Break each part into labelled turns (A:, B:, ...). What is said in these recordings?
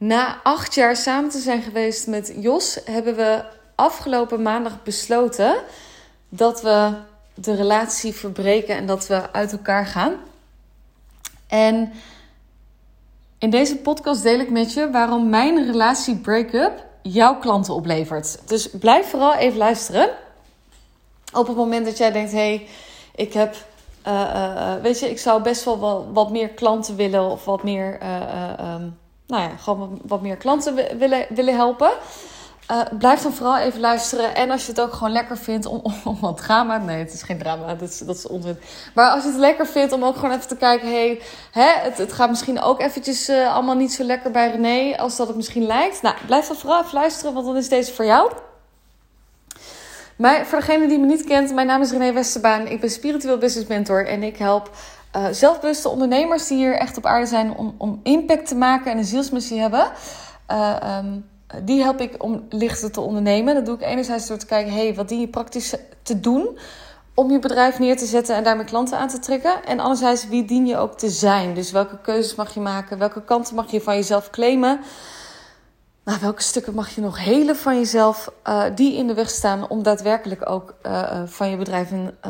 A: Na 8 jaar samen te zijn geweest met Jos, hebben we afgelopen maandag besloten dat we de relatie verbreken en dat we uit elkaar gaan. En in deze podcast deel ik met je waarom mijn relatie break-up jouw klanten oplevert. Dus blijf vooral even luisteren. Op het moment dat jij denkt, ik heb, ik zou best wel wat meer klanten willen of wat meer, gewoon wat meer klanten willen helpen. Blijf dan vooral even luisteren. En als je het ook gewoon lekker vindt om wat drama... Nee, het is geen drama. Dat is onzin. Maar als je het lekker vindt om ook gewoon even te kijken... Het gaat misschien ook eventjes allemaal niet zo lekker bij René... als dat het misschien lijkt. Nou, blijf dan vooral even luisteren, want dan is deze voor jou. Maar voor degene die me niet kent... Mijn naam is René Westerbaan. Ik ben spiritueel business mentor. En ik help zelfbewuste ondernemers die hier echt op aarde zijn... om impact te maken en een zielsmissie hebben... Die help ik om lichter te ondernemen. Dat doe ik enerzijds door te kijken... wat dien je praktisch te doen... om je bedrijf neer te zetten en daarmee klanten aan te trekken. En anderzijds, wie dien je ook te zijn? Dus welke keuzes mag je maken? Welke kanten mag je van jezelf claimen? Nou, welke stukken mag je nog helen van jezelf... die in de weg staan om daadwerkelijk ook van je bedrijf...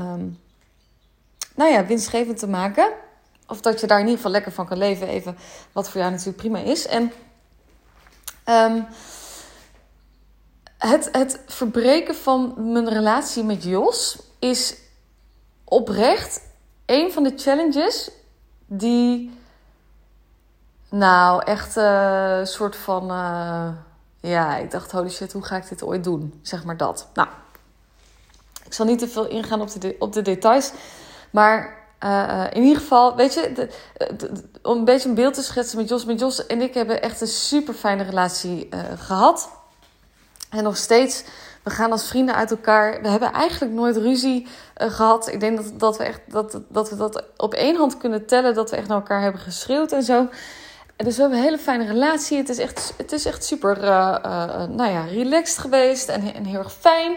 A: winstgevend te maken. Of dat je daar in ieder geval lekker van kan leven. Even wat voor jou natuurlijk prima is. En... Het verbreken van mijn relatie met Jos is oprecht een van de challenges die echt een soort van... ik dacht, holy shit, hoe ga ik dit ooit doen? Zeg maar dat. Nou, ik zal niet te veel ingaan op de details, maar... in ieder geval, weet je, om een beetje een beeld te schetsen met Jos en ik hebben echt een super fijne relatie gehad. En nog steeds, we gaan als vrienden uit elkaar. We hebben eigenlijk nooit ruzie gehad. Ik denk dat we dat op één hand kunnen tellen, dat we echt naar elkaar hebben geschreeuwd en zo. En dus we hebben een hele fijne relatie. Het is echt super, relaxed geweest en heel erg fijn.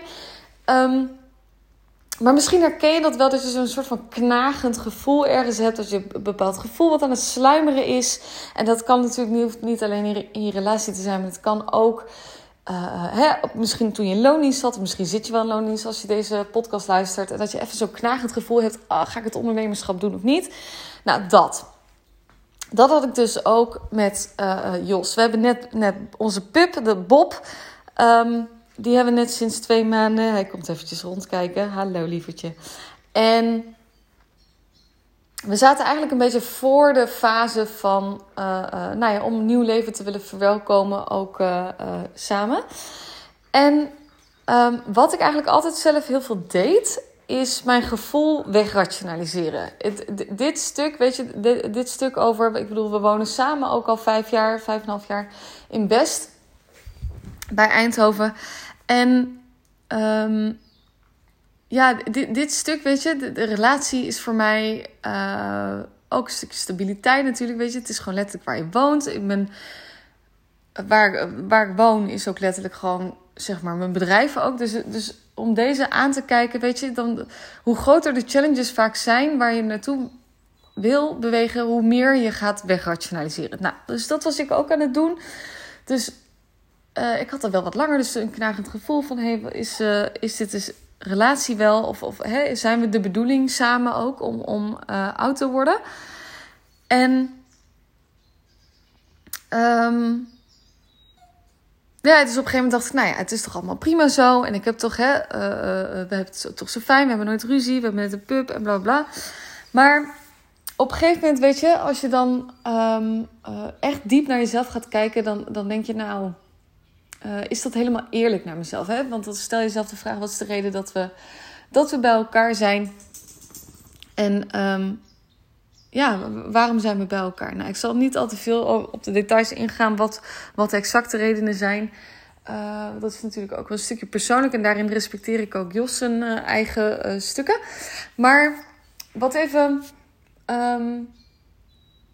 A: Maar misschien herken je dat wel, dat je zo'n soort van knagend gevoel ergens hebt. Dat je een bepaald gevoel wat aan het sluimeren is. En dat kan natuurlijk niet alleen in je relatie te zijn, maar het kan ook... misschien toen je in loondienst zat, of misschien zit je wel in loondienst als je deze podcast luistert. En dat je even zo'n knagend gevoel hebt, ga ik het ondernemerschap doen of niet? Nou, dat had ik dus ook met Jos. We hebben net onze pup, de Bob... die hebben we net sinds 2 maanden... Hij komt eventjes rondkijken. Hallo, lievertje. En we zaten eigenlijk een beetje voor de fase van... om een nieuw leven te willen verwelkomen, ook samen. En wat ik eigenlijk altijd zelf heel veel deed... is mijn gevoel wegrationaliseren. Dit stuk, weet je, dit stuk over... Ik bedoel, we wonen samen ook al 5,5 jaar in Best... bij Eindhoven. En dit stuk, weet je, de relatie is voor mij ook een stukje stabiliteit natuurlijk, weet je. Het is gewoon letterlijk waar je woont. Waar ik woon is ook letterlijk gewoon, zeg maar, mijn bedrijf ook. Dus om deze aan te kijken, weet je, dan hoe groter de challenges vaak zijn waar je naartoe wil bewegen, hoe meer je gaat wegrationaliseren. Nou, dus dat was ik ook aan het doen. Dus... ik had er wel wat langer dus een knagend gevoel van... is dit dus relatie wel? Of zijn we de bedoeling samen ook om oud te worden? En... dus op een gegeven moment dacht ik... het is toch allemaal prima zo. En ik heb toch... we hebben het toch zo fijn. We hebben nooit ruzie. We hebben net een pup en bla bla. Maar... op een gegeven moment, weet je... als je dan echt diep naar jezelf gaat kijken... dan denk je is dat helemaal eerlijk naar mezelf? Hè? Want dan stel jezelf de vraag... wat is de reden dat we bij elkaar zijn? En waarom zijn we bij elkaar? Nou, ik zal niet al te veel op de details ingaan... wat de exacte redenen zijn. Dat is natuurlijk ook wel een stukje persoonlijk... en daarin respecteer ik ook Jos zijn eigen stukken. Maar wat even...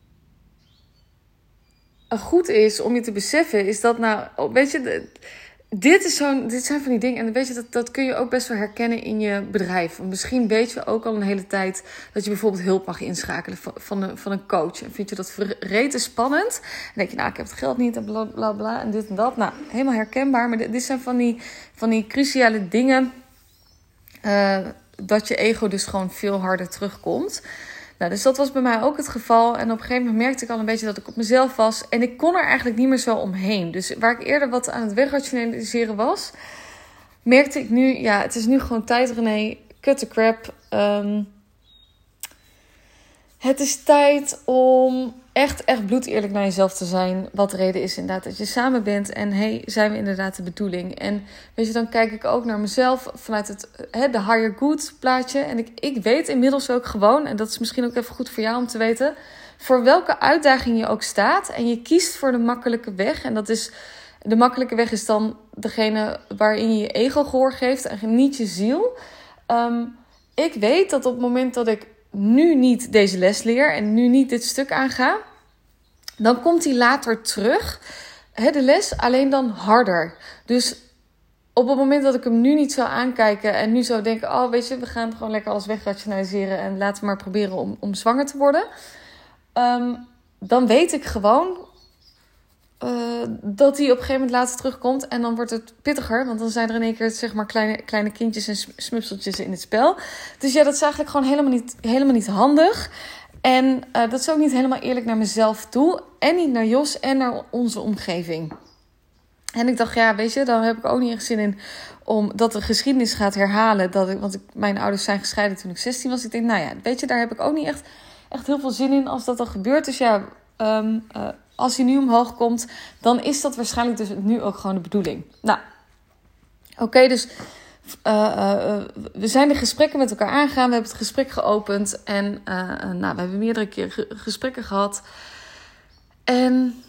A: goed is om je te beseffen... is dat weet je... dit zijn van die dingen. En weet je, dat kun je ook best wel herkennen in je bedrijf. Want misschien weet je ook al een hele tijd dat je bijvoorbeeld hulp mag inschakelen van een coach. En vind je dat rete spannend? En denk je, nou, ik heb het geld niet en bla bla bla en dit en dat. Nou, helemaal herkenbaar. Maar dit zijn van die cruciale dingen dat je ego dus gewoon veel harder terugkomt. Nou, dus dat was bij mij ook het geval. En op een gegeven moment merkte ik al een beetje dat ik op mezelf was. En ik kon er eigenlijk niet meer zo omheen. Dus waar ik eerder wat aan het wegrationaliseren was, merkte ik nu, ja, het is nu gewoon tijd, René. Cut the crap. Het is tijd om echt bloedeerlijk naar jezelf te zijn. Wat de reden is inderdaad dat je samen bent. En zijn we inderdaad de bedoeling? En weet je, dan kijk ik ook naar mezelf vanuit de higher good plaatje. En ik weet inmiddels ook gewoon, en dat is misschien ook even goed voor jou om te weten, voor welke uitdaging je ook staat. En je kiest voor de makkelijke weg. En dat is, de makkelijke weg is dan degene waarin je je ego gehoor geeft en niet je ziel. Ik weet dat op het moment dat ik nu niet deze les leer en nu niet dit stuk aanga, dan komt die later terug, de les, alleen dan harder. Dus op het moment dat ik hem nu niet zou aankijken en nu zou denken, oh weet je, we gaan gewoon lekker alles wegrationaliseren en laten we maar proberen om zwanger te worden, dan weet ik gewoon dat die op een gegeven moment later terugkomt. En dan wordt het pittiger. Want dan zijn er in één keer zeg maar kleine kindjes en smupseltjes in het spel. Dus ja, dat is eigenlijk gewoon helemaal niet handig. En dat is ook niet helemaal eerlijk naar mezelf toe. En niet naar Jos en naar onze omgeving. En ik dacht, ja, weet je, daar heb ik ook niet echt zin in omdat de geschiedenis gaat herhalen. Mijn ouders zijn gescheiden toen ik 16 was. Ik denk, nou ja, weet je, daar heb ik ook niet echt heel veel zin in als dat dan gebeurt. Dus ja, als hij nu omhoog komt, dan is dat waarschijnlijk dus nu ook gewoon de bedoeling. Nou, oké, dus we zijn de gesprekken met elkaar aangegaan. We hebben het gesprek geopend. En we hebben meerdere keer gesprekken gehad. En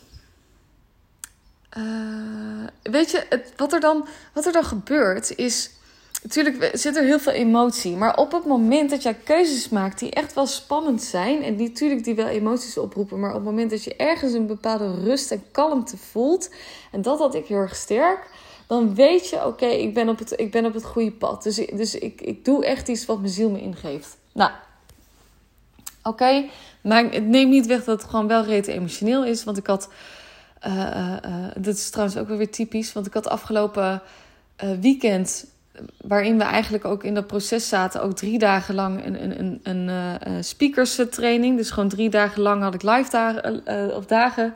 A: weet je, wat er dan gebeurt is, natuurlijk zit er heel veel emotie. Maar op het moment dat jij keuzes maakt die echt wel spannend zijn, en die wel emoties oproepen, maar op het moment dat je ergens een bepaalde rust en kalmte voelt, en dat had ik heel erg sterk, dan weet je, oké, ik ben op het goede pad. Dus ik doe echt iets wat mijn ziel me ingeeft. Nou, oké, maar het neemt niet weg dat het gewoon wel rete emotioneel is. Want ik had, dat is trouwens ook wel weer typisch, want ik had afgelopen weekend, waarin we eigenlijk ook in dat proces zaten, ook 3 dagen lang een speakers training. Dus gewoon 3 dagen lang had ik live dagen.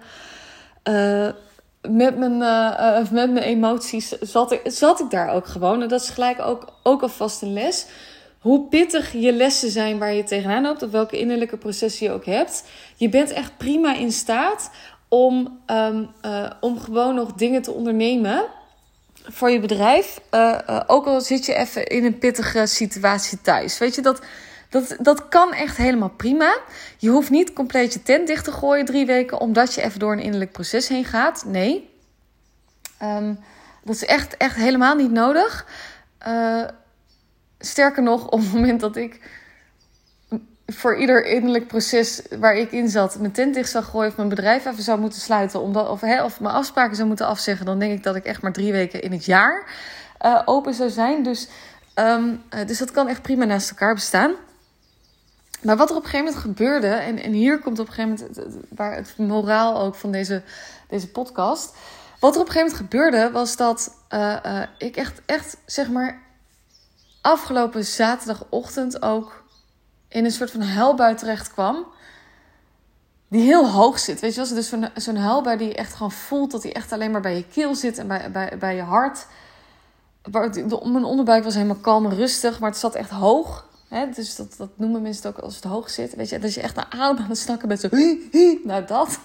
A: Met mijn emoties zat ik daar ook gewoon. En dat is gelijk ook alvast een les. Hoe pittig je lessen zijn waar je tegenaan loopt, of welke innerlijke processen je ook hebt. Je bent echt prima in staat om gewoon nog dingen te ondernemen voor je bedrijf. Ook al zit je even in een pittige situatie thuis. Weet je, dat kan echt helemaal prima. Je hoeft niet compleet je tent dicht te gooien 3 weken, omdat je even door een innerlijk proces heen gaat. Nee. Dat is echt helemaal niet nodig. Sterker nog, op het moment dat ik voor ieder innerlijk proces waar ik in zat mijn tent dicht zou gooien of mijn bedrijf even zou moeten sluiten, of mijn afspraken zou moeten afzeggen, dan denk ik dat ik echt maar 3 weken in het jaar open zou zijn. Dus dat kan echt prima naast elkaar bestaan. Maar wat er op een gegeven moment gebeurde, en hier komt op een gegeven moment waar het moraal ook van deze podcast. Wat er op een gegeven moment gebeurde, was dat ik echt zeg maar afgelopen zaterdagochtend ook in een soort van huilbui terecht kwam, die heel hoog zit. Weet je wel, dus zo'n huilbui die je echt gewoon voelt dat die echt alleen maar bij je keel zit en bij je hart. Mijn onderbuik was helemaal kalm en rustig, maar het zat echt hoog. Hè? Dus dat noemen mensen het ook als het hoog zit. Weet je, dat je echt naar adem aan het snakken bent. Zo, nou dat.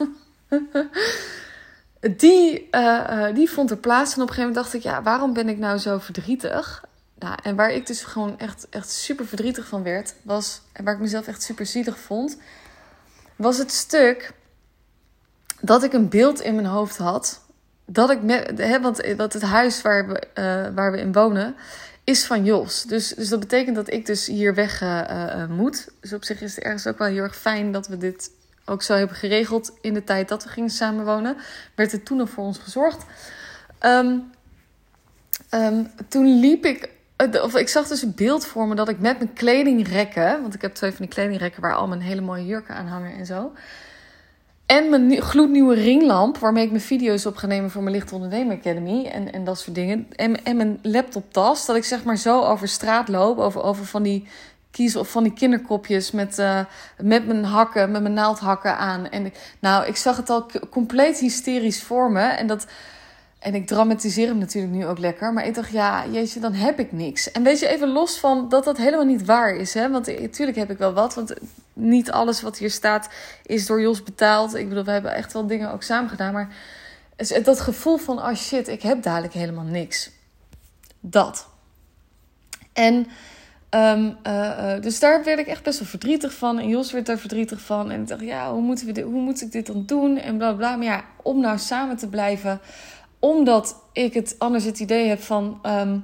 A: Die vond er plaats. En op een gegeven moment dacht ik, ja, waarom ben ik nou zo verdrietig? Nou, en waar ik dus gewoon echt super verdrietig van werd, en waar ik mezelf echt super zielig vond, was het stuk dat ik een beeld in mijn hoofd had. Want het huis waar we in wonen is van Jos. Dus dat betekent dat ik dus hier weg moet. Dus op zich is het ergens ook wel heel erg fijn dat we dit ook zo hebben geregeld in de tijd dat we gingen samenwonen. Werd er toen nog voor ons gezorgd. Toen liep ik... Of ik zag dus een beeld voor me dat ik met mijn kledingrekken... Want ik heb 2 van die kledingrekken waar al mijn hele mooie jurken aan hangen en zo. En mijn gloednieuwe ringlamp, waarmee ik mijn video's op ga nemen voor mijn Licht Ondernemen Academy. En dat soort dingen. En mijn laptoptas, dat ik zeg maar zo over straat loop. Over van die kiezen of van die kinderkopjes met mijn hakken, met mijn naaldhakken aan. En ik zag het al compleet hysterisch voor me. En ik dramatiseer hem natuurlijk nu ook lekker. Maar ik dacht, ja, jeetje, dan heb ik niks. En weet je, even los van dat helemaal niet waar is. Hè? Want natuurlijk heb ik wel wat. Want niet alles wat hier staat is door Jos betaald. Ik bedoel, we hebben echt wel dingen ook samen gedaan. Maar dat gevoel van, oh shit, ik heb dadelijk helemaal niks. Dat. En dus daar werd ik echt best wel verdrietig van. En Jos werd daar verdrietig van. En ik dacht, ja, hoe moet ik dit dan doen? En bla bla. Maar ja, om nou samen te blijven... Omdat ik anders het idee heb van...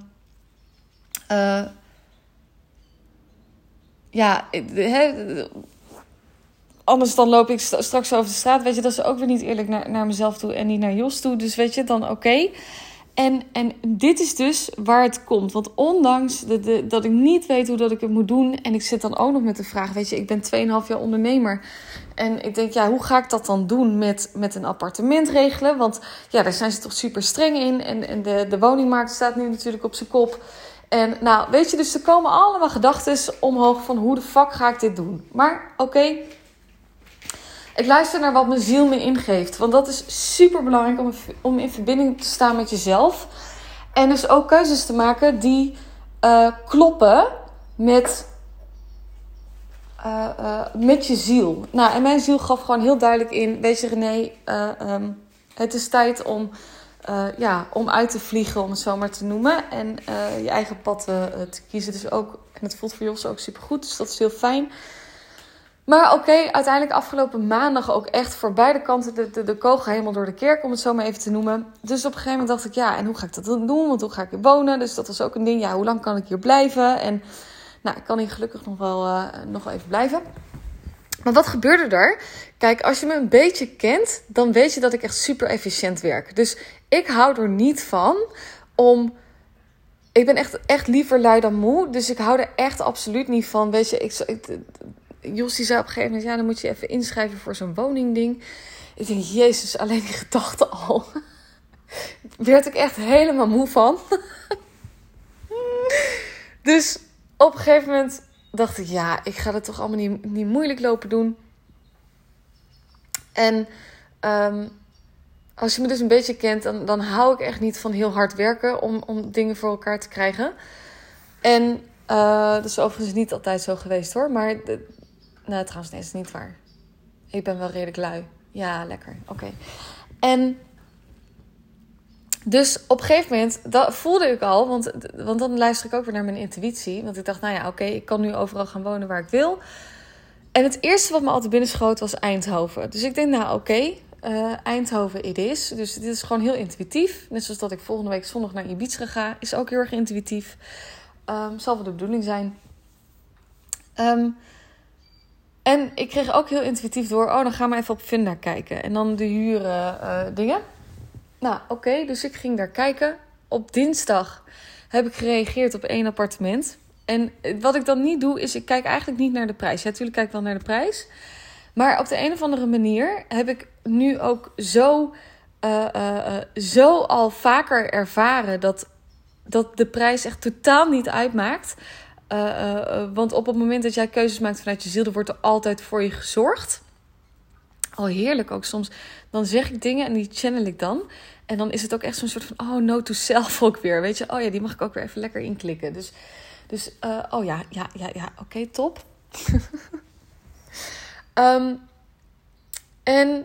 A: anders dan loop ik straks over de straat. Weet je, dat is ook weer niet eerlijk naar mezelf toe en niet naar Jos toe. Dus weet je, dan oké. En dit is dus waar het komt. Want ondanks dat ik niet weet hoe dat ik het moet doen... en ik zit dan ook nog met de vraag... weet je, ik ben 2,5 jaar ondernemer... En ik denk, ja, hoe ga ik dat dan doen met een appartement regelen? Want ja, daar zijn ze toch super streng in. En de woningmarkt staat nu natuurlijk op zijn kop. En nou, weet je, dus er komen allemaal gedachten omhoog van hoe de fuck ga ik dit doen? Maar oké, ik luister naar wat mijn ziel me ingeeft. Want dat is super belangrijk om in verbinding te staan met jezelf. En dus ook keuzes te maken die kloppen met je ziel. Nou, en mijn ziel gaf gewoon heel duidelijk in... Weet je, René, het is tijd om uit te vliegen, om het zo maar te noemen. En je eigen pad te kiezen. Dus ook, en het voelt voor Jos ook super goed. Dus dat is heel fijn. Maar oké, uiteindelijk afgelopen maandag ook echt voor beide kanten de kogel helemaal door de kerk, om het zo maar even te noemen. Dus op een gegeven moment dacht ik, ja, en hoe ga ik dat dan doen? Want hoe ga ik hier wonen? Dus dat was ook een ding. Ja, hoe lang kan ik hier blijven? En nou, ik kan hier gelukkig nog wel even blijven. Maar wat gebeurde er? Kijk, als je me een beetje kent, dan weet je dat ik echt super efficiënt werk. Dus ik hou er niet van om... Ik ben echt liever lui dan moe. Dus ik hou er echt absoluut niet van. Weet je, Jos die zei op een gegeven moment... Ja, dan moet je even inschrijven voor zo'n woningding. Ik denk, jezus, alleen die gedachte al. Werd ik echt helemaal moe van. Dus op een gegeven moment dacht ik... Ja, ik ga het toch allemaal niet moeilijk lopen doen. En als je me dus een beetje kent... Dan hou ik echt niet van heel hard werken... om dingen voor elkaar te krijgen. En dat is overigens niet altijd zo geweest hoor. Maar... Nou, trouwens, nee, dat is niet waar. Ik ben wel redelijk lui. Ja, lekker. Oké. En dus op een gegeven moment, dat voelde ik al, want dan luister ik ook weer naar mijn intuïtie. Want ik dacht, nou ja, oké, ik kan nu overal gaan wonen waar ik wil. En het eerste wat me altijd binnenschoot was Eindhoven. Dus ik denk, nou oké, Eindhoven it is. Dus dit is gewoon heel intuïtief. Net zoals dat ik volgende week zondag naar Ibiza ga, is ook heel erg intuïtief. Zal wel de bedoeling zijn. En ik kreeg ook heel intuïtief door... dan gaan we even op Funda kijken. En dan de huren dingen. Nou, oké, dus ik ging daar kijken. Op dinsdag heb ik gereageerd op 1 appartement. En wat ik dan niet doe, is... ik kijk eigenlijk niet naar de prijs. Ja, natuurlijk kijk ik wel naar de prijs. Maar op de een of andere manier... heb ik nu ook zo al vaker ervaren... dat de prijs echt totaal niet uitmaakt... want op het moment dat jij keuzes maakt vanuit je ziel... dan wordt er altijd voor je gezorgd. Al heerlijk ook soms. Dan zeg ik dingen en die channel ik dan. En dan is het ook echt zo'n soort van... oh, no to self ook weer. Weet je, oh ja, die mag ik ook weer even lekker inklikken. Dus oh ja, oké, top. En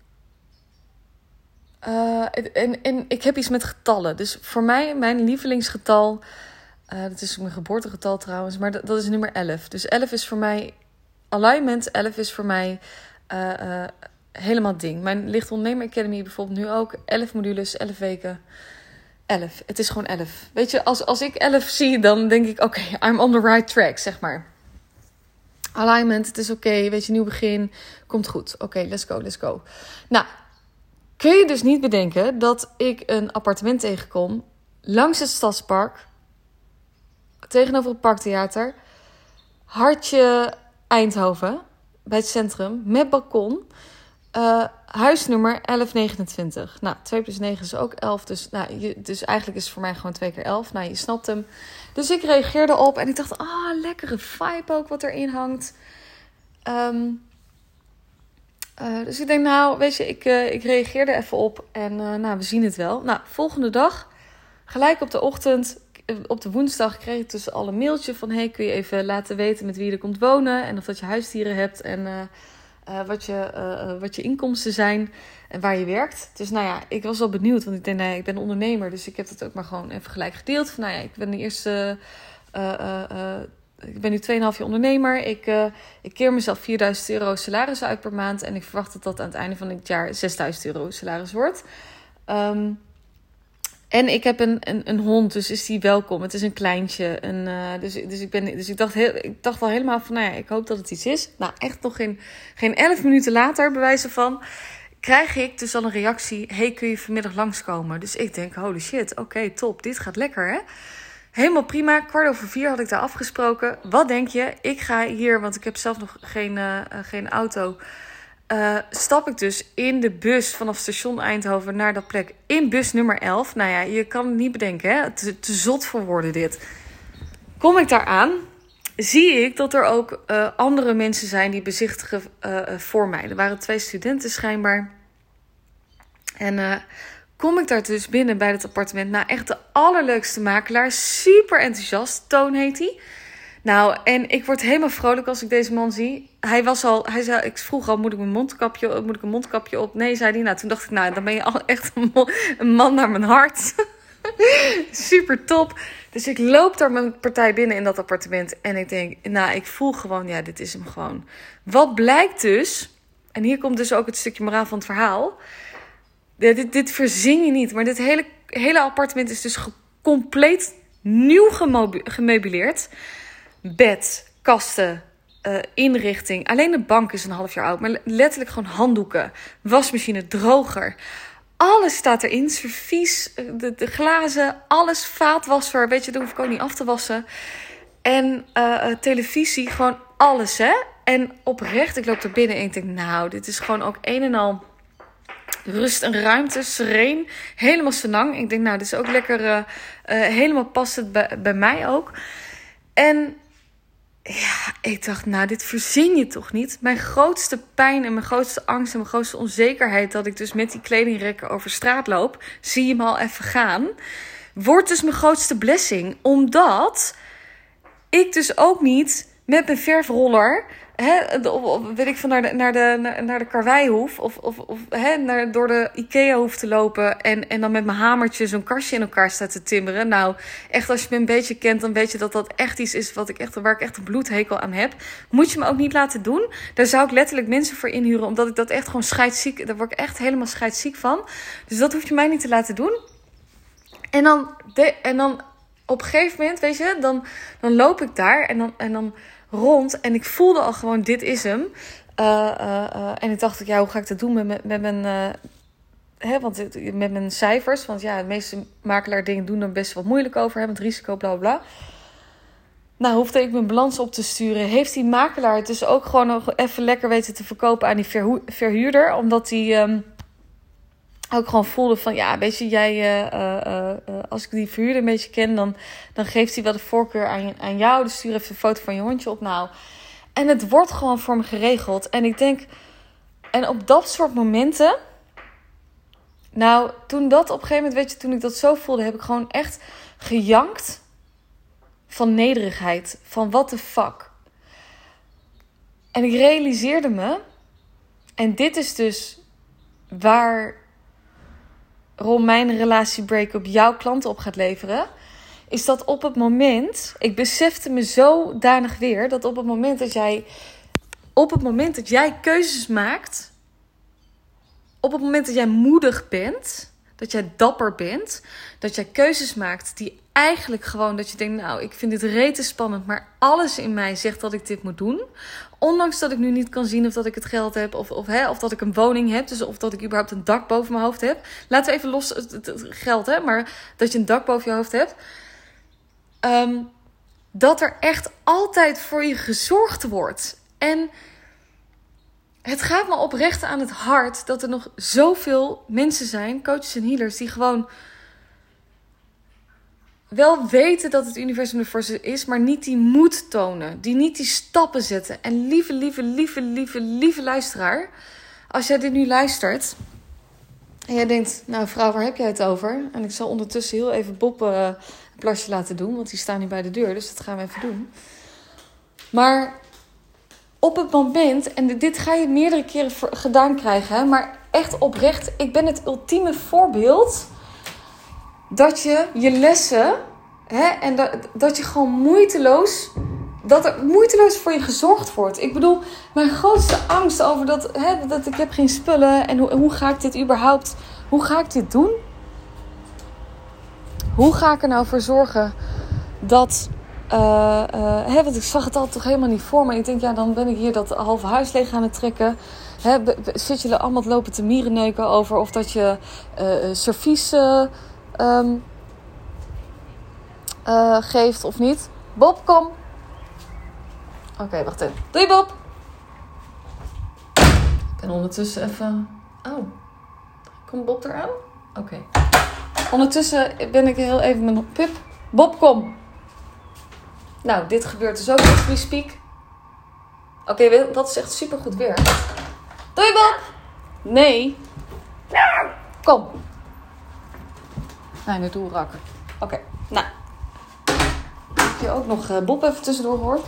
A: ik heb iets met getallen. Dus voor mij, mijn lievelingsgetal... dat is mijn geboortegetal trouwens, maar dat is nummer 11. Dus 11 is voor mij alignment. 11 is voor mij helemaal ding. Mijn Licht Ondernemen Academy bijvoorbeeld nu ook. 11 modules, 11 weken. 11. Het is gewoon 11. Weet je, als ik 11 zie, dan denk ik... oké, I'm on the right track, zeg maar. Alignment, het is oké. Weet je, nieuw begin. Komt goed. Oké, let's go. Nou, kun je dus niet bedenken dat ik een appartement tegenkom... langs het Stadspark, tegenover het Parktheater, Hartje Eindhoven, bij het centrum, met balkon. Huisnummer 1129. Nou, 2 plus 9 is ook 11. Dus eigenlijk is het voor mij gewoon 2 keer 11. Nou, je snapt hem. Dus ik reageerde op en ik dacht, lekkere vibe ook wat erin hangt. Dus ik denk, nou, weet je, ik reageerde even op en we zien het wel. Nou, volgende dag, gelijk op de ochtend, op de woensdag kreeg ik dus al een mailtje van, hey, kun je even laten weten met wie je er komt wonen en of dat je huisdieren hebt en wat je inkomsten zijn en waar je werkt. Dus nou ja, ik was wel benieuwd, want ik denk, ik ben ondernemer, dus ik heb het ook maar gewoon even gelijk gedeeld. Van, nou ja, ik ben de eerste, ik ben nu 2,5 jaar ondernemer. Ik keer mezelf €4.000 salaris uit per maand en ik verwacht dat aan het einde van het jaar €6.000 salaris wordt. En ik heb een hond, dus is die welkom. Het is een kleintje. Dus ik dacht al helemaal van, nou ja, ik hoop dat het iets is. Nou, echt nog geen 11 minuten later, bij wijze van, krijg ik dus al een reactie. Hey, kun je vanmiddag langskomen? Dus ik denk, holy shit, oké, top. Dit gaat lekker, hè? Helemaal prima. 4:15 had ik daar afgesproken. Wat denk je? Ik ga hier, want ik heb zelf nog geen auto. Stap ik dus in de bus vanaf station Eindhoven naar dat plek. In bus nummer 11. Nou ja, je kan het niet bedenken, hè? Te zot voor woorden dit. Kom ik daar aan, zie ik dat er ook andere mensen zijn die bezichtigen voor mij. Er waren 2 studenten schijnbaar. En kom ik daar dus binnen bij het appartement. Nou, echt de allerleukste makelaar. Super enthousiast. Toon heet hij. Nou, en ik word helemaal vrolijk als ik deze man zie. Hij zei, ik vroeg al, moet ik een mondkapje op? Nee, zei hij. Nou, toen dacht ik, nou, dan ben je al echt een man naar mijn hart. Super top. Dus ik loop daar mijn partij binnen in dat appartement. En ik denk, nou, ik voel gewoon, ja, dit is hem gewoon. Wat blijkt dus, en hier komt dus ook het stukje moraal van het verhaal. Dit verzin je niet, maar dit hele appartement is dus compleet nieuw gemeubileerd. Bed, kasten, inrichting. Alleen de bank is een half jaar oud, maar letterlijk gewoon handdoeken, wasmachine, droger. Alles staat erin, servies, de glazen, alles, vaatwasser. Weet je, dat hoef ik ook niet af te wassen. En televisie, gewoon alles, hè. En oprecht, ik loop er binnen en ik denk, nou, dit is gewoon ook een en al rust en ruimte, sereen. Helemaal senang. Ik denk, nou, dit is ook lekker, helemaal past het bij mij ook. En ja, ik dacht, nou, dit verzin je toch niet? Mijn grootste pijn en mijn grootste angst en mijn grootste onzekerheid, dat ik dus met die kledingrekken over straat loop, zie je me al even gaan, wordt dus mijn grootste blessing. Omdat ik dus ook niet met mijn verfroller, weet ik van, naar de karwei hoef, of door de IKEA hoef te lopen en dan met mijn hamertje zo'n kastje in elkaar staat te timmeren. Nou, echt, als je me een beetje kent, dan weet je dat dat echt iets is waar ik echt een bloedhekel aan heb. Moet je me ook niet laten doen. Daar zou ik letterlijk mensen voor inhuren, omdat ik dat echt gewoon scheidsziek, daar word ik echt helemaal scheidsziek van. Dus dat hoef je mij niet te laten doen. En dan op een gegeven moment, weet je, dan loop ik daar en dan rond. En ik voelde al gewoon, dit is hem. En ik dacht, ja, hoe ga ik dat doen met mijn cijfers? Want ja, de meeste makelaar dingen doen er best wel moeilijk over. Met risico, bla bla. Nou, hoefde ik mijn balans op te sturen. Heeft die makelaar het dus ook gewoon nog even lekker weten te verkopen aan die verhuurder. Omdat hij ook gewoon voelde van, ja, weet je, jij, als ik die verhuurder een beetje ken, dan geeft hij wel de voorkeur aan jou. Dus stuur even een foto van je hondje op. Nou, en het wordt gewoon voor me geregeld. En ik denk, en op dat soort momenten, nou, toen dat op een gegeven moment, weet je, toen ik dat zo voelde, heb ik gewoon echt gejankt van nederigheid. Van what the fuck. En ik realiseerde me, en dit is dus waarom mijn relatiebreak op jouw klanten op gaat leveren, is dat op het moment, ik besefte me zodanig weer, dat op het moment dat jij keuzes maakt, op het moment dat jij moedig bent, dat jij dapper bent. Dat jij keuzes maakt die eigenlijk gewoon, dat je denkt, nou, ik vind dit rete spannend, maar alles in mij zegt dat ik dit moet doen. Ondanks dat ik nu niet kan zien of dat ik het geld heb of dat ik een woning heb. Dus of dat ik überhaupt een dak boven mijn hoofd heb. Laten we even los het geld, maar dat je een dak boven je hoofd hebt. Dat er echt altijd voor je gezorgd wordt. En het gaat me oprecht aan het hart dat er nog zoveel mensen zijn, coaches en healers, die gewoon wel weten dat het universum er voor ze is, maar niet die moed tonen. Die niet die stappen zetten. En lieve luisteraar, als jij dit nu luistert en jij denkt, nou vrouw, waar heb jij het over? En ik zal ondertussen heel even Bob een plasje laten doen, want die staan hier bij de deur, dus dat gaan we even doen. Maar op het moment, en dit ga je meerdere keren gedaan krijgen, maar echt oprecht, ik ben het ultieme voorbeeld dat je je lessen, en dat je gewoon moeiteloos, dat er moeiteloos voor je gezorgd wordt. Ik bedoel, mijn grootste angst over dat ik heb geen spullen en hoe ga ik dit überhaupt, hoe ga ik dit doen? Hoe ga ik er nou voor zorgen dat, want ik zag het al toch helemaal niet voor me. Ik denk, ja, dan ben ik hier dat halve huis leeg aan het trekken. Zit je er allemaal lopen te mierenneuken over of dat je servies geeft of niet. Bob, kom. Oké, wacht even. Doei, Bob. En ondertussen even... Oh, komt Bob eraan? Oké. Ondertussen ben ik heel even met een Pip. Bob, kom. Nou, dit gebeurt dus ook als we speak. Oké, dat is echt supergoed weer. Doei, Bob. Nee. Kom. Nee, nu doe ik rak. Oké, nou. Heb je ook nog Bob even tussendoor gehoord.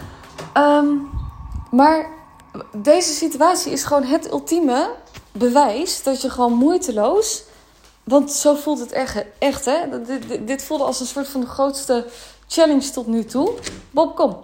A: Maar deze situatie is gewoon het ultieme bewijs dat je gewoon moeiteloos... Want zo voelt het echt hè. Dit voelde als een soort van de grootste challenge tot nu toe. Bob, kom.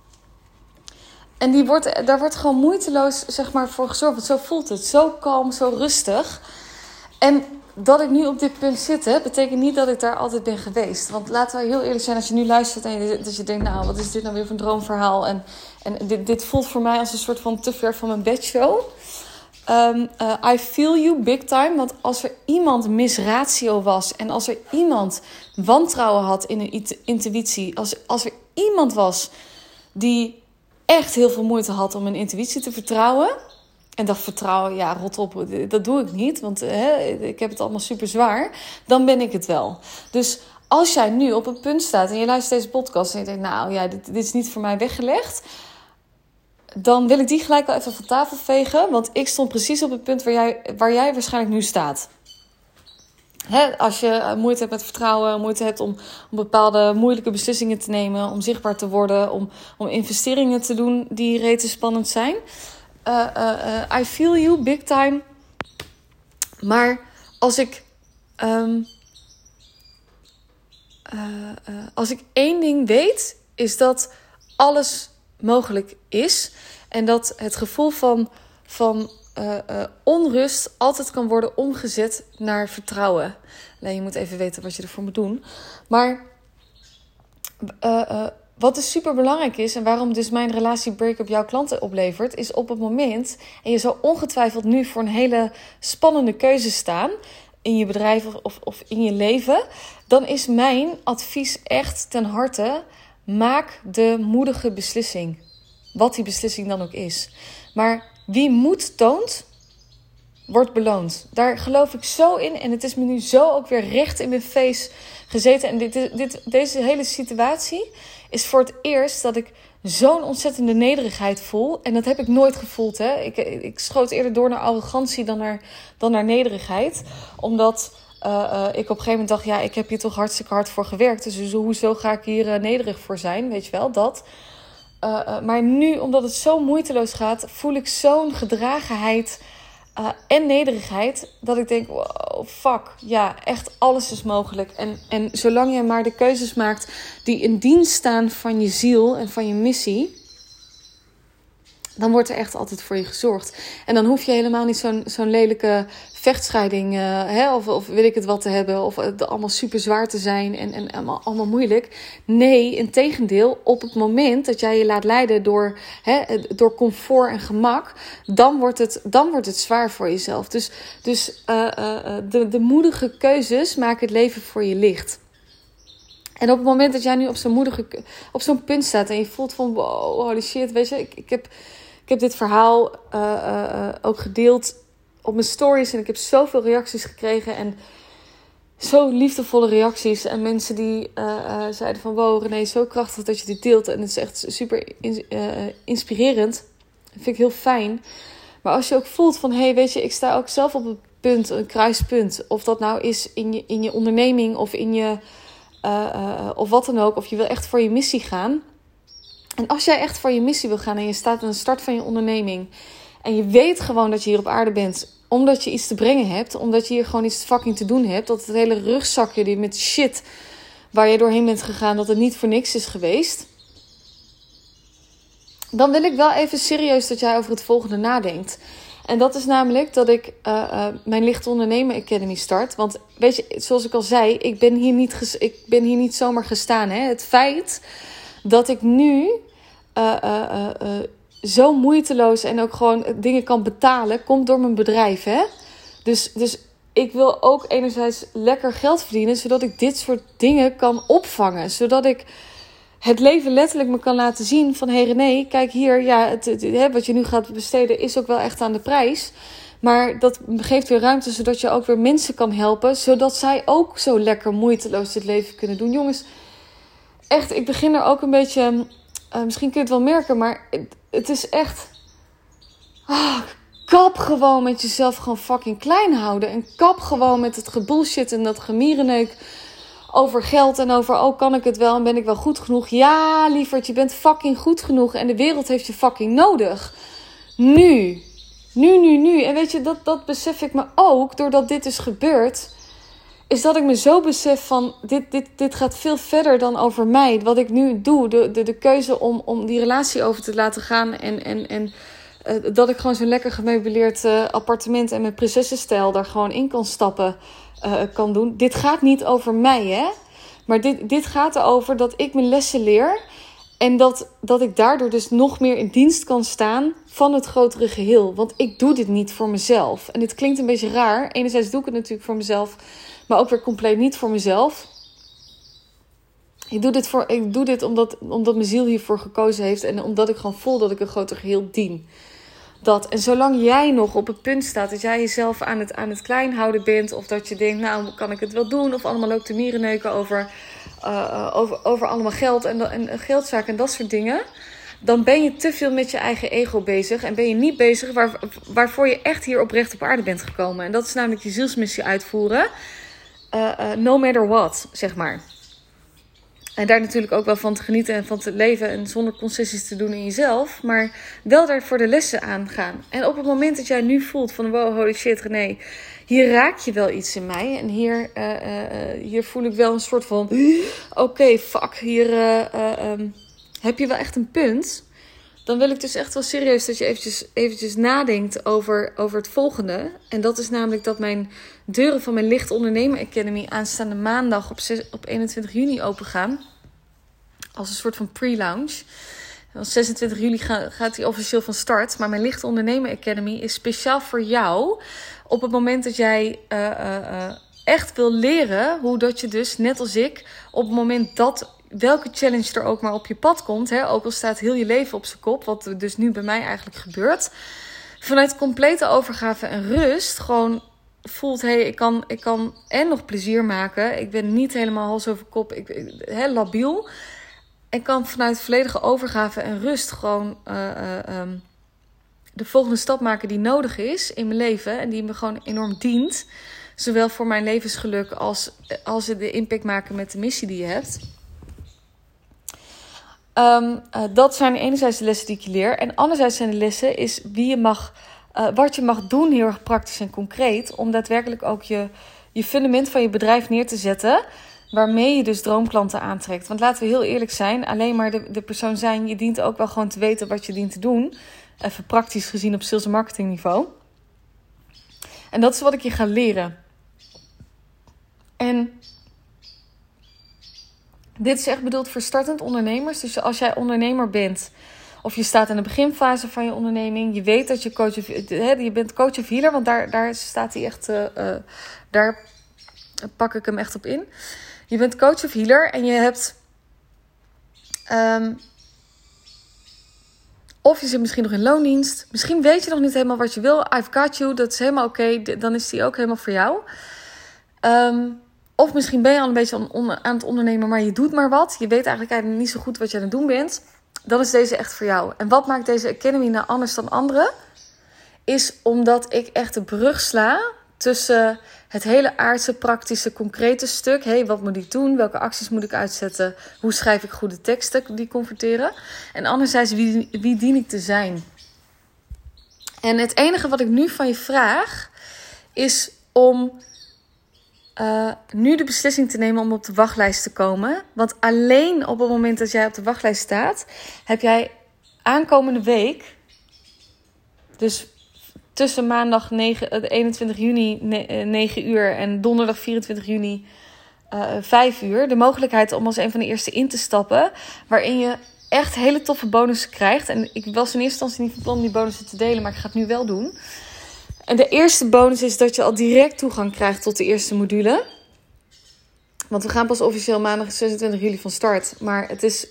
A: En daar wordt gewoon moeiteloos zeg maar voor gezorgd. Want zo voelt het. Zo kalm, zo rustig. En dat ik nu op dit punt zit, betekent niet dat ik daar altijd ben geweest. Want laten we heel eerlijk zijn, als je nu luistert en je denkt, nou, wat is dit nou weer voor een droomverhaal? En dit voelt voor mij als een soort van te ver van mijn bedshow. I feel you big time. Want als er iemand misratio was en als er iemand wantrouwen had in een intuïtie, als er iemand was die echt heel veel moeite had om een intuïtie te vertrouwen, en dat vertrouwen, ja, rot op, dat doe ik niet, want ik heb het allemaal super zwaar, dan ben ik het wel. Dus als jij nu op een punt staat en je luistert deze podcast en je denkt, nou ja, dit is niet voor mij weggelegd, dan wil ik die gelijk wel even van tafel vegen. Want ik stond precies op het punt waar jij waarschijnlijk nu staat. Als je moeite hebt met vertrouwen, moeite hebt om bepaalde moeilijke beslissingen te nemen, om zichtbaar te worden, om investeringen te doen die rete spannend zijn. I feel you big time. Maar als ik één ding weet, is dat alles mogelijk is. En dat het gevoel van onrust altijd kan worden omgezet naar vertrouwen. Alleen je moet even weten wat je ervoor moet doen. Maar wat dus super belangrijk is en waarom dus mijn relatie break-up jouw klanten oplevert, is op het moment, en je zal ongetwijfeld nu voor een hele spannende keuze staan in je bedrijf of in je leven, dan is mijn advies echt ten harte: maak de moedige beslissing. Wat die beslissing dan ook is. Maar wie moed toont, wordt beloond. Daar geloof ik zo in. En het is me nu zo ook weer recht in mijn face gezeten. En deze hele situatie is voor het eerst dat ik zo'n ontzettende nederigheid voel. En dat heb ik nooit gevoeld. Ik schoot eerder door naar arrogantie dan naar nederigheid. Omdat ik op een gegeven moment dacht, ja, ik heb hier toch hartstikke hard voor gewerkt. Dus hoezo ga ik hier nederig voor zijn? Weet je wel, dat. Maar nu, omdat het zo moeiteloos gaat, voel ik zo'n gedragenheid en nederigheid, dat ik denk, wow, fuck, ja, echt alles is mogelijk. En zolang je maar de keuzes maakt die in dienst staan van je ziel en van je missie, dan wordt er echt altijd voor je gezorgd. En dan hoef je helemaal niet zo'n lelijke vechtscheiding of wil ik het wat te hebben of het allemaal super zwaar te zijn en allemaal moeilijk. Nee, integendeel, op het moment dat jij je laat leiden door comfort en gemak, dan wordt het zwaar voor jezelf. Dus de moedige keuzes maken het leven voor je licht. En op het moment dat jij nu op zo'n punt staat en je voelt van wow, holy shit, weet je, ik heb dit verhaal ook gedeeld op mijn stories en ik heb zoveel reacties gekregen en zo liefdevolle reacties en mensen die zeiden van wow René, zo krachtig dat je dit deelt en het is echt super inspirerend. Dat vind ik heel fijn. Maar als je ook voelt van hey, weet je, ik sta ook zelf op een kruispunt, of dat nou is in je onderneming of in je of wat dan ook, of je wil echt voor je missie gaan. En als jij echt voor je missie wil gaan en je staat aan de start van je onderneming en je weet gewoon dat je hier op aarde bent omdat je iets te brengen hebt, omdat je hier gewoon iets fucking te doen hebt, dat het hele rugzakje die met shit waar je doorheen bent gegaan, dat het niet voor niks is geweest, dan wil ik wel even serieus dat jij over het volgende nadenkt. En dat is namelijk dat ik mijn Licht Ondernemen Academy start. Want weet je, zoals ik al zei, ik ben hier niet zomaar gestaan. Hè? Het feit dat ik nu zo moeiteloos en ook gewoon dingen kan betalen, komt door mijn bedrijf. Hè? Dus ik wil ook enerzijds lekker geld verdienen, zodat ik dit soort dingen kan opvangen. Zodat ik het leven letterlijk me kan laten zien van hey René, kijk hier, ja, wat je nu gaat besteden is ook wel echt aan de prijs. Maar dat geeft weer ruimte zodat je ook weer mensen kan helpen, zodat zij ook zo lekker moeiteloos dit leven kunnen doen. Jongens, echt, ik begin er ook een beetje, misschien kun je het wel merken, maar het is echt, kap gewoon met jezelf gewoon fucking klein houden. En kap gewoon met het gebullshit en dat gemierenneuk over geld en over, kan ik het wel en ben ik wel goed genoeg? Ja, lieverd, je bent fucking goed genoeg en de wereld heeft je fucking nodig. Nu. En weet je, dat besef ik me ook, doordat dit is gebeurd, is dat ik me zo besef van, dit gaat veel verder dan over mij. Wat ik nu doe, de keuze om die relatie over te laten gaan en dat ik gewoon zo'n lekker gemeubileerd appartement en mijn prinsessenstijl daar gewoon in kan stappen, kan doen. Dit gaat niet over mij, hè. Maar dit gaat erover dat ik mijn lessen leer. En dat ik daardoor dus nog meer in dienst kan staan van het grotere geheel. Want ik doe dit niet voor mezelf. En dit klinkt een beetje raar. Enerzijds doe ik het natuurlijk voor mezelf, maar ook weer compleet niet voor mezelf. Ik doe dit omdat mijn ziel hiervoor gekozen heeft. En omdat ik gewoon voel dat ik een groter geheel dien. En zolang jij nog op het punt staat dat jij jezelf aan het klein houden bent, of dat je denkt, nou, kan ik het wel doen? Of allemaal loopt te mierenneuken over allemaal geld en geldzaken en dat soort dingen. Dan ben je te veel met je eigen ego bezig. En ben je niet bezig waarvoor je echt hier oprecht op aarde bent gekomen. En dat is namelijk je zielsmissie uitvoeren. No matter what, zeg maar. En daar natuurlijk ook wel van te genieten en van te leven en zonder concessies te doen in jezelf. Maar wel daar voor de lessen aan gaan. En op het moment dat jij nu voelt van wow, holy shit René, hier raak je wel iets in mij. En hier voel ik wel een soort van oké, fuck, hier heb je wel echt een punt. Dan wil ik dus echt wel serieus dat je eventjes nadenkt over het volgende. En dat is namelijk dat mijn deuren van mijn Licht Ondernemen Academy aanstaande maandag op 21 juni open gaan. Als een soort van pre-launch. Op 26 juli gaat die officieel van start. Maar mijn Licht Ondernemen Academy is speciaal voor jou. Op het moment dat jij echt wil leren hoe dat je dus, net als ik, op het moment dat welke challenge er ook maar op je pad komt, hè, ook al staat heel je leven op zijn kop, wat dus nu bij mij eigenlijk gebeurt, vanuit complete overgave en rust gewoon voelt, ik kan en nog plezier maken. Ik ben niet helemaal hals over kop, labiel. En kan vanuit volledige overgave en rust gewoon de volgende stap maken die nodig is in mijn leven en die me gewoon enorm dient. Zowel voor mijn levensgeluk als de impact maken met de missie die je hebt. Dat zijn enerzijds de lessen die ik je leer. En anderzijds zijn de lessen is wat je mag doen, heel erg praktisch en concreet, om daadwerkelijk ook je fundament van je bedrijf neer te zetten, waarmee je dus droomklanten aantrekt. Want laten we heel eerlijk zijn, alleen maar de persoon zijn, je dient ook wel gewoon te weten wat je dient te doen. Even praktisch gezien op sales- en marketingniveau. En dat is wat ik je ga leren. En dit is echt bedoeld voor startend ondernemers. Dus als jij ondernemer bent, of je staat in de beginfase van je onderneming, je weet dat je coach of, je bent coach of healer, want daar staat hij echt, daar pak ik hem echt op in. Je bent coach of healer en je hebt, of je zit misschien nog in loondienst. Misschien weet je nog niet helemaal wat je wil. I've got you, dat is helemaal oké. Dan is die ook helemaal voor jou. Of misschien ben je al een beetje aan het ondernemen, maar je doet maar wat. Je weet eigenlijk niet zo goed wat je aan het doen bent. Dan is deze echt voor jou. En wat maakt deze Academy nou anders dan andere? Is omdat ik echt de brug sla tussen het hele aardse, praktische, concrete stuk. Wat moet ik doen? Welke acties moet ik uitzetten? Hoe schrijf ik goede teksten die converteren? En anderzijds, wie dien ik te zijn? En het enige wat ik nu van je vraag is om nu de beslissing te nemen om op de wachtlijst te komen. Want alleen op het moment dat jij op de wachtlijst staat, heb jij aankomende week, dus tussen maandag 21 juni 9 uur en donderdag 24 juni 5 uur... de mogelijkheid om als een van de eerste in te stappen, waarin je echt hele toffe bonussen krijgt. En ik was in eerste instantie niet van plan om die bonussen te delen, maar ik ga het nu wel doen. En de eerste bonus is dat je al direct toegang krijgt tot de eerste module. Want we gaan pas officieel maandag 26 juli van start. Maar het is...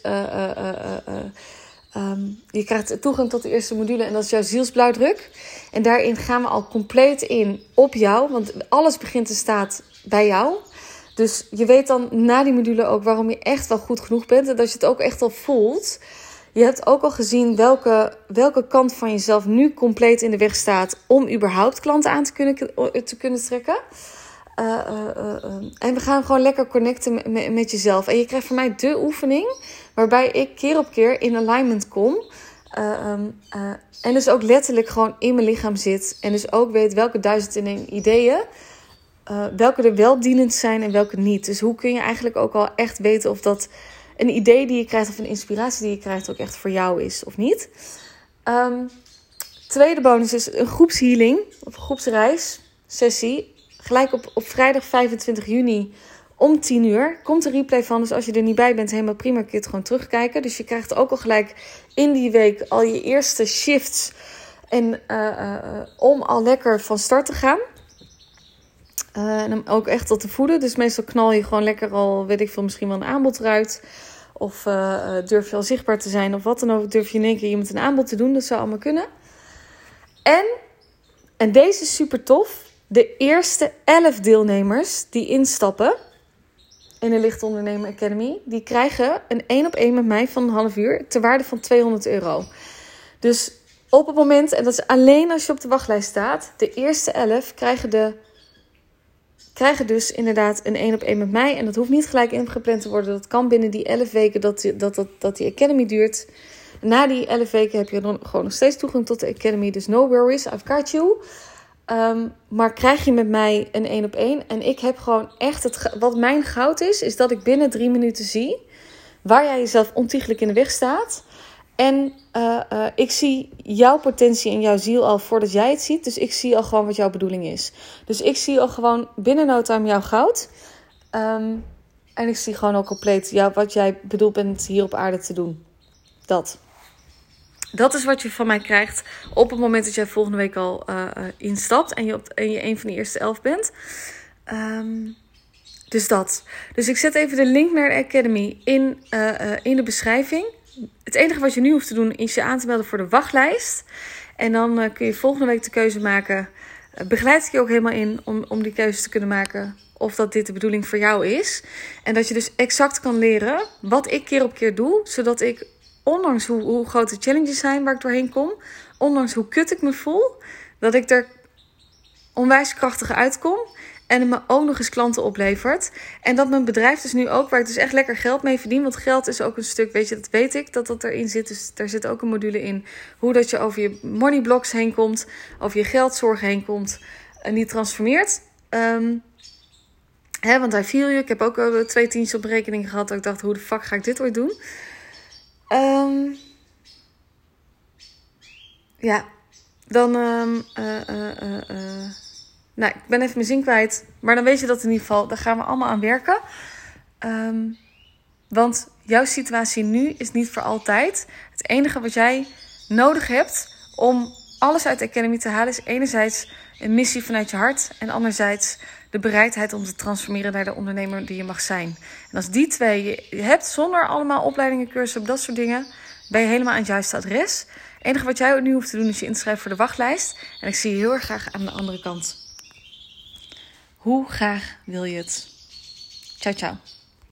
A: je krijgt toegang tot de eerste module en dat is jouw zielsblauwdruk. En daarin gaan we al compleet in op jou. Want alles begint en staat bij jou. Dus je weet dan na die module ook waarom je echt wel goed genoeg bent. En dat je het ook echt al voelt. Je hebt ook al gezien welke kant van jezelf nu compleet in de weg staat om überhaupt klanten aan te kunnen trekken. En we gaan gewoon lekker connecten met jezelf. En je krijgt van mij de oefening waarbij ik keer op keer in alignment kom. En dus ook letterlijk gewoon in mijn lichaam zit. En dus ook weet welke 1001 ideeën, welke er wel dienend zijn en welke niet. Dus hoe kun je eigenlijk ook al echt weten of dat een idee die je krijgt of een inspiratie die je krijgt ook echt voor jou is of niet. Tweede bonus is een groepshealing of een groepsreis sessie. Gelijk op vrijdag 25 juni om 10 uur. Komt een replay van, dus als je er niet bij bent, helemaal prima, kun je het gewoon terugkijken. Dus je krijgt ook al gelijk in die week al je eerste shifts. En om al lekker van start te gaan. En hem ook echt tot te voeden. Dus meestal knal je gewoon lekker al, weet ik veel, misschien wel een aanbod eruit. Of durf je al zichtbaar te zijn of wat dan ook. Durf je in één keer iemand een aanbod te doen. Dat zou allemaal kunnen. En deze is super tof. De eerste 11 deelnemers die instappen in de Licht Ondernemer Academy, die krijgen een 1-op-1 met mij van een half uur ter waarde van €200. Dus op het moment, en dat is alleen als je op de wachtlijst staat, de eerste 11 krijgen dus inderdaad een 1-op-1 met mij. En dat hoeft niet gelijk ingepland te worden. Dat kan binnen die 11 weken dat die Academy duurt. Na die 11 weken heb je dan gewoon nog steeds toegang tot de Academy. Dus no worries, I've got you. Maar krijg je met mij een 1-op-1. En ik heb gewoon echt wat mijn goud is dat ik binnen 3 minuten zie waar jij jezelf ontiegelijk in de weg staat. En ik zie jouw potentie en jouw ziel al voordat jij het ziet. Dus ik zie al gewoon wat jouw bedoeling is. Dus ik zie al gewoon binnen no time jouw goud. En ik zie gewoon al compleet wat jij bedoeld bent hier op aarde te doen. Dat is wat je van mij krijgt op het moment dat jij volgende week al instapt. En je een van de eerste 11 bent. Dus dat. Dus ik zet even de link naar de Academy in de beschrijving. Het enige wat je nu hoeft te doen is je aan te melden voor de wachtlijst. En dan kun je volgende week de keuze maken. Begeleid ik je ook helemaal in om die keuze te kunnen maken. Of dat dit de bedoeling voor jou is. En dat je dus exact kan leren wat ik keer op keer doe. Zodat ik, ondanks hoe groot de challenges zijn waar ik doorheen kom. Ondanks hoe kut ik me voel. Dat ik er onwijs krachtig uitkom. En het me ook nog eens klanten oplevert. En dat mijn bedrijf dus nu ook, waar ik dus echt lekker geld mee verdien. Want geld is ook een stuk, dat weet ik, dat erin zit. Dus daar zit ook een module in. Hoe dat je over je money blocks heen komt. Over je geldzorgen heen komt. En die transformeert. Want hij viel je. Ik heb ook 2 tientjes op rekening gehad. Dat ik dacht, hoe de fuck ga ik dit ooit doen? Ja. Dan... Nou, ik ben even mijn zin kwijt. Maar dan weet je dat in ieder geval, daar gaan we allemaal aan werken. Want jouw situatie nu is niet voor altijd. Het enige wat jij nodig hebt om alles uit de Academy te halen is enerzijds een missie vanuit je hart. En anderzijds de bereidheid om te transformeren naar de ondernemer die je mag zijn. En als die twee je hebt, zonder allemaal opleidingen, cursussen, dat soort dingen, ben je helemaal aan het juiste adres. Het enige wat jij nu hoeft te doen is je inschrijven voor de wachtlijst. En ik zie je heel erg graag aan de andere kant. Hoe graag wil je het? Ciao, ciao.